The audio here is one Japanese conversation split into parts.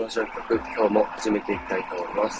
ラジオ局、今日も始めていきたいと思います。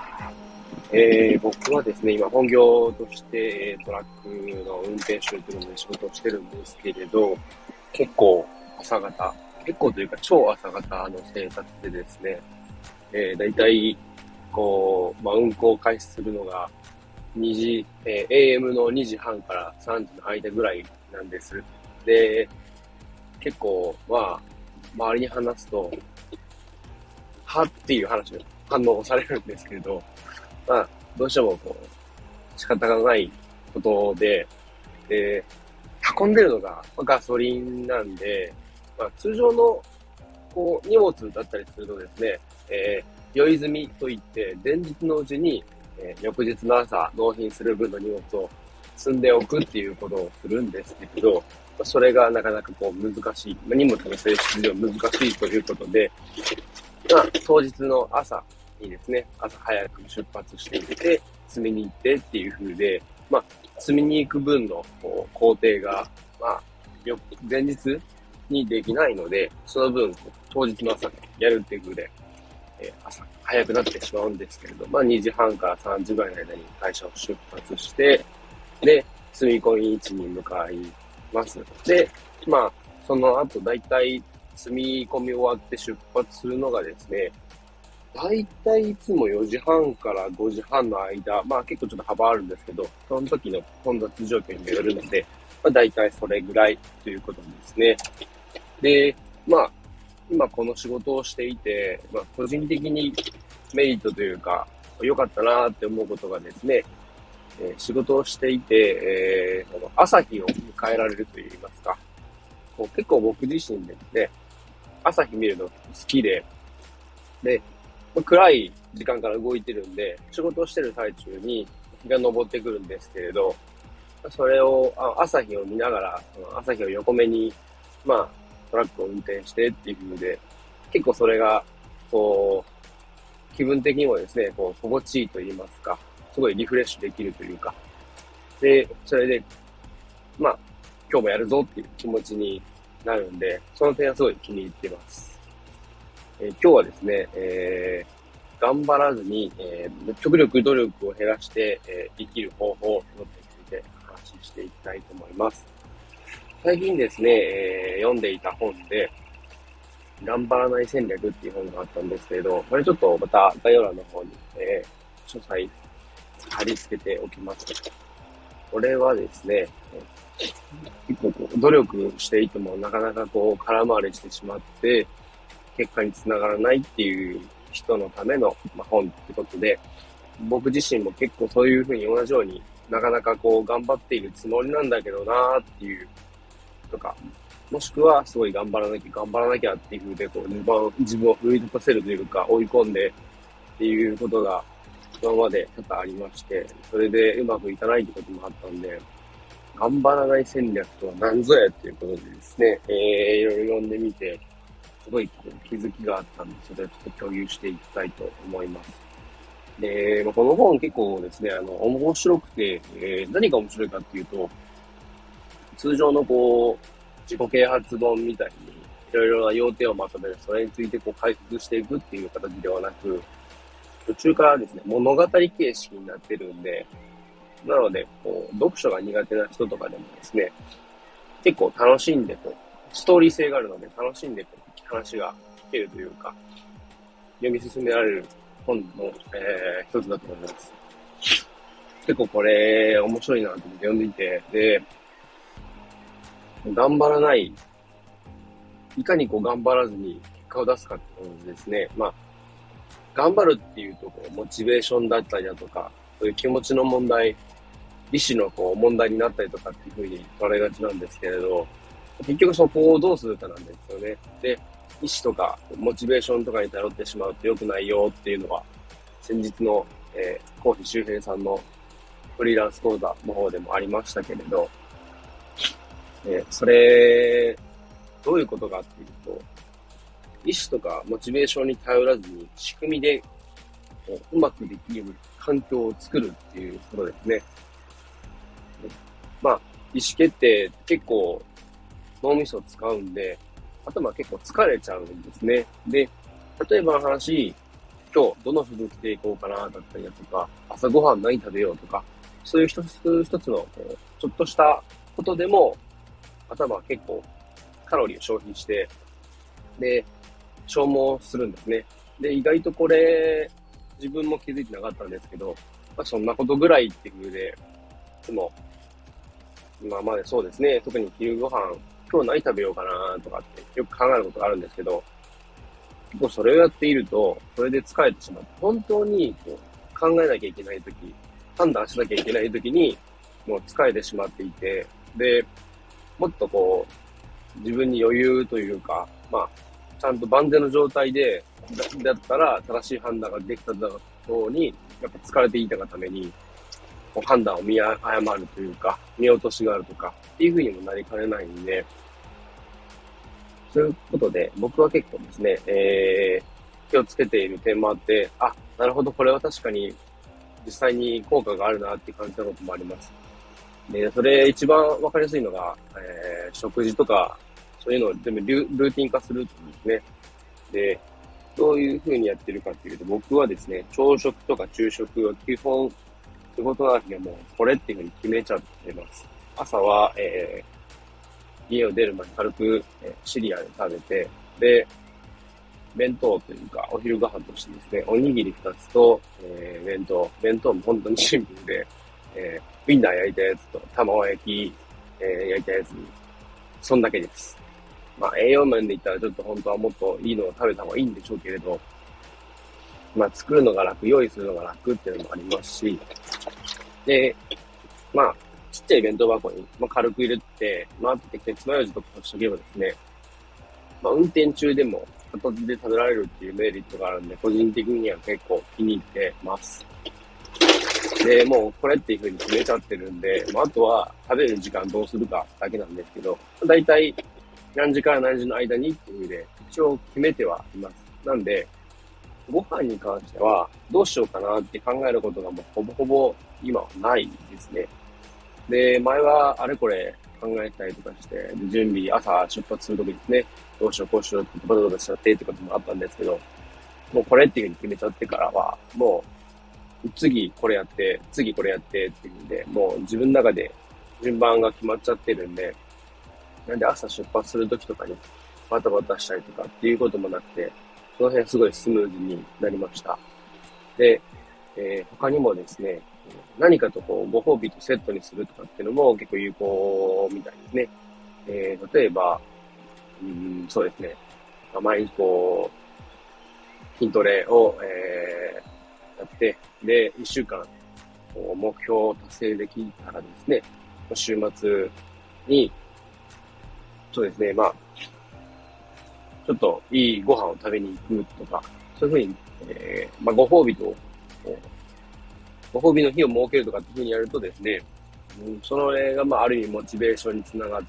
僕はですね、今本業として、トラックの運転手というので仕事をしてるんですけれど、結構朝方、結構というか超朝方の生活でですね、だいたい運行を開始するのが2時、AM の2時半から3時の間ぐらいなんです。で、結構、周りに話すと、はっていう話を反応されるんですけれど、どうしても仕方がないことで、で、運んでるのがガソリンなんで、通常の荷物だったりするとですね、酔い済みといって、前日のうちに、翌日の朝納品する分の荷物を積んでおくっていうことをするんですけど、それがなかなか難しい。荷物の性質では難しいということで、当日の朝にですね、朝早く出発していって、積みに行ってっていう風で、積みに行く分の工程が、前日にできないので、その分、当日の朝にやるっていう風で、朝早くなってしまうんですけれど、2時半から3時ぐらいの間に会社を出発して、で、積み込み位置に向かいます。で、その後だいたい積み込み終わって出発するのがですね、だいたいいつも4時半から5時半の間、結構ちょっと幅あるんですけど、その時の混雑状況にもよるので、だいたいそれぐらいということですね。で、今この仕事をしていて、個人的にメリットというか、良かったなって思うことがですね、仕事をしていて、朝日を迎えられると言いますか、結構僕自身でですね、朝日見るの好きで、暗い時間から動いてるんで、仕事をしてる最中に日が昇ってくるんですけれど、それを、朝日を見ながら、朝日を横目に、トラックを運転してっていう風で、結構それが、気分的にもですね、心地いいと言いますか、すごいリフレッシュできるというか、で、それで、今日もやるぞっていう気持ちになるんで、その点はすごい気に入っています。今日はですね、頑張らずに、極力努力を減らして、生きる方法について話していきたいと思います。最近ですね、読んでいた本で、頑張らない戦略っていう本があったんですけれど、これちょっとまた概要欄の方に、詳細貼り付けておきます。これはですね、結構努力していてもなかなか空回りしてしまって、結果につながらないっていう人のための、本ってことで、僕自身も結構そういうふうに同じようになかなか頑張っているつもりなんだけどなーっていうとか、もしくはすごい頑張らなきゃっていうふうで自分を奮い立たせるというか追い込んでっていうことが今まで多々ありまして、それでうまくいかないってこともあったんで、頑張らない戦略とは何ぞやっていうことでですね、いろいろ読んでみて、すごい気づきがあったんで、それをちょっと共有していきたいと思います。で、この本結構ですね、面白くて、何が面白いかっていうと、通常の自己啓発本みたいに、いろいろな要点をまとめる、それについて解説していくっていう形ではなく、途中からですね、物語形式になってるんで、なので、読書が苦手な人とかでもですね、結構楽しんでストーリー性があるので楽しんで話が聞けるというか、読み進められる本の、一つだと思います。結構これ面白いなと思って読んでいて、で、頑張らない、いかに頑張らずに結果を出すかってことでですね、頑張るっていうとモチベーションだったりだとか、そういう気持ちの問題、意志の問題になったりとかっていう風に取られがちなんですけれど、結局そこをどうするかなんですよね。で、意志とかモチベーションとかに頼ってしまうと良くないよっていうのは、先日の、講師周平さんのフリーランス講座の方でもありましたけれど、それ、どういうことかっていうと、意志とかモチベーションに頼らずに仕組みでうまくできる環境を作るっていうことですね。意思決定結構脳みそを使うんで、頭結構疲れちゃうんですね。で、 例えばの話、今日どの服着ていこうかなだったりだとか、朝ごはん何食べようとか、そういう一つ一つのちょっとしたことでも、頭は結構カロリーを消費して、で、消耗するんですね。で、意外とこれ、自分も気づいてなかったんですけど、そんなことぐらいっていう風で、いつも、今までそうですね、特に昼ご飯、今日何食べようかなとかってよく考えることがあるんですけど、結構それをやっていると、それで疲れてしまって、本当に考えなきゃいけないとき、判断しなきゃいけないときに、もう疲れてしまっていて、で、もっと自分に余裕というか、ちゃんと万全の状態で、だったら正しい判断ができただろうに、やっぱ疲れていたがために、判断を見誤るというか、見落としがあるとか、っていう風にもなりかねないんで、そういうことで、僕は結構ですね、気をつけている点もあって、なるほど、これは確かに実際に効果があるなって感じたこともあります。で、それ一番わかりやすいのが、食事とか、そういうのを全部ルーティン化するっていうんですね。で、どういう風にやってるかっていうと、僕はですね、朝食とか昼食は基本、仕事の日はもうこれっていう風に決めちゃってます。朝は、家を出る前に軽く、シリアル食べて、で、弁当というか、お昼ご飯としてですね、おにぎり2つと、弁当も本当にシンプルで、ウインナー焼いたやつと、卵焼き、焼いたやつ、そんだけです。栄養面で言ったらちょっと本当はもっといいのを食べた方がいいんでしょうけれど、作るのが楽、用意するのが楽っていうのもありますし、で、ちっちゃい弁当箱に、軽く入れて、あと適当に爪楊枝とか干しとけばですね、運転中でも片手で食べられるっていうメリットがあるんで、個人的には結構気に入ってます。で、もうこれっていう風に決めちゃってるんで、あとは食べる時間どうするかだけなんですけど、だいたい何時から何時の間にっていう風で、一応決めてはいます。なんで、ご飯に関してはどうしようかなって考えることがもうほぼほぼ今はないですね。で、前はあれこれ考えたりとかして、準備、朝出発するときですね、どうしようこうしようってバタバタしちゃってってこともあったんですけど、もうこれっていう風に決めちゃってからは、もう次これやって、次これやってっていうんで、もう自分の中で順番が決まっちゃってるんで、なんで朝出発するときとかにバタバタしたりとかっていうこともなくて、その辺すごいスムーズになりました。で、他にもですね、何かとご褒美とセットにするとかっていうのも結構有効みたいですね。例えば、そうですね、毎日筋トレを、やって、で、1週間、目標を達成できたらですね、週末に、そうですね、ちょっといいご飯を食べに行くとか、そういうふうに、ご褒美の日を設けるとかっていうふうにやるとですね、それがある意味モチベーションにつながって、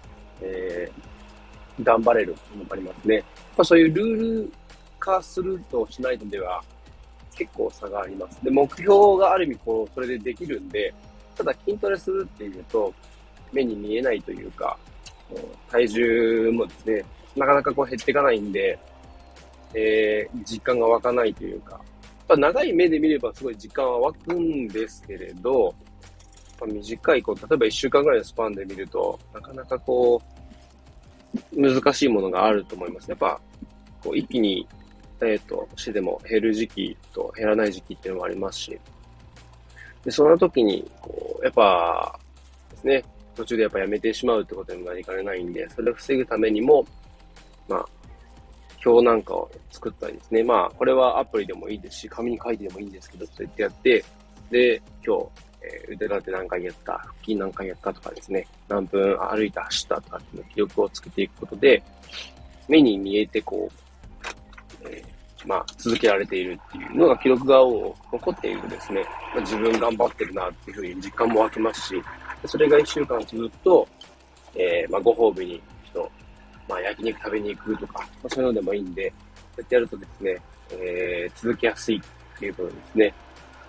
頑張れるのもありますね。そういうルール化するとしないとでは結構差があります。で、目標がある意味それでできるんで、ただ筋トレするっていうと目に見えないというか、体重もですね、なかなか減っていかないんで、実感が湧かないというか、長い目で見ればすごい実感は湧くんですけれど、短い例えば1週間ぐらいのスパンで見ると、なかなか難しいものがあると思います。やっぱ、一気にダイエットしてでも減る時期と減らない時期っていうのもありますし、で、その時に、やっぱですね、途中でやっぱやめてしまうってことにもなりかねないんで、それを防ぐためにも、表なんかを作ったりですね。これはアプリでもいいですし、紙に書いてでもいいんですけど、そうやってやって、で、今日、腕立て何回やった、腹筋何回やったとかですね、何分歩いた、走ったとかっていうの記録をつけていくことで、目に見えて続けられているっていうのが記録が残っているとですね、自分頑張ってるなっていうふうに実感も湧きますし、それが1週間続くと、ご褒美に焼肉食べに行くとか、そういうのでもいいんで、そうやってやるとですね、続けやすいっていうことですね。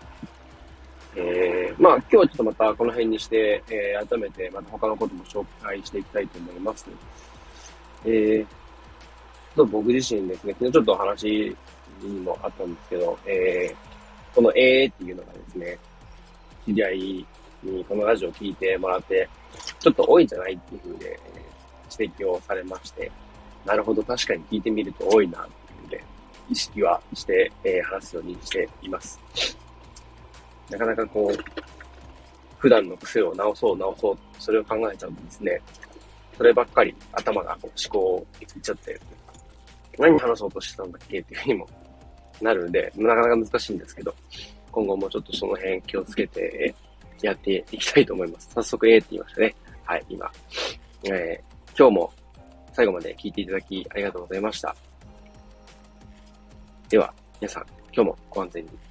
今日はちょっとまたこの辺にして、改めてまた他のことも紹介していきたいと思います。 と僕自身ですね、昨日ちょっとお話にもあったんですけど、このっていうのがですね、知り合いにこのラジオを聞いてもらって、ちょっと多いんじゃないっていうふうで、指摘をされまして、なるほど、確かに聞いてみると多いなっていうふうで、意識はして、話すようにしています。なかなかこう、普段の癖を直そう、それを考えちゃうとですね、そればっかり頭がこう思考いっちゃって、何話そうとしてたんだっけっていうふうにもなるんで、なかなか難しいんですけど、今後もちょっとその辺気をつけてやっていきたいと思います。早速って言いましたね。はい、今。今日も最後まで聞いていただきありがとうございました。では、皆さん、今日もご安全に。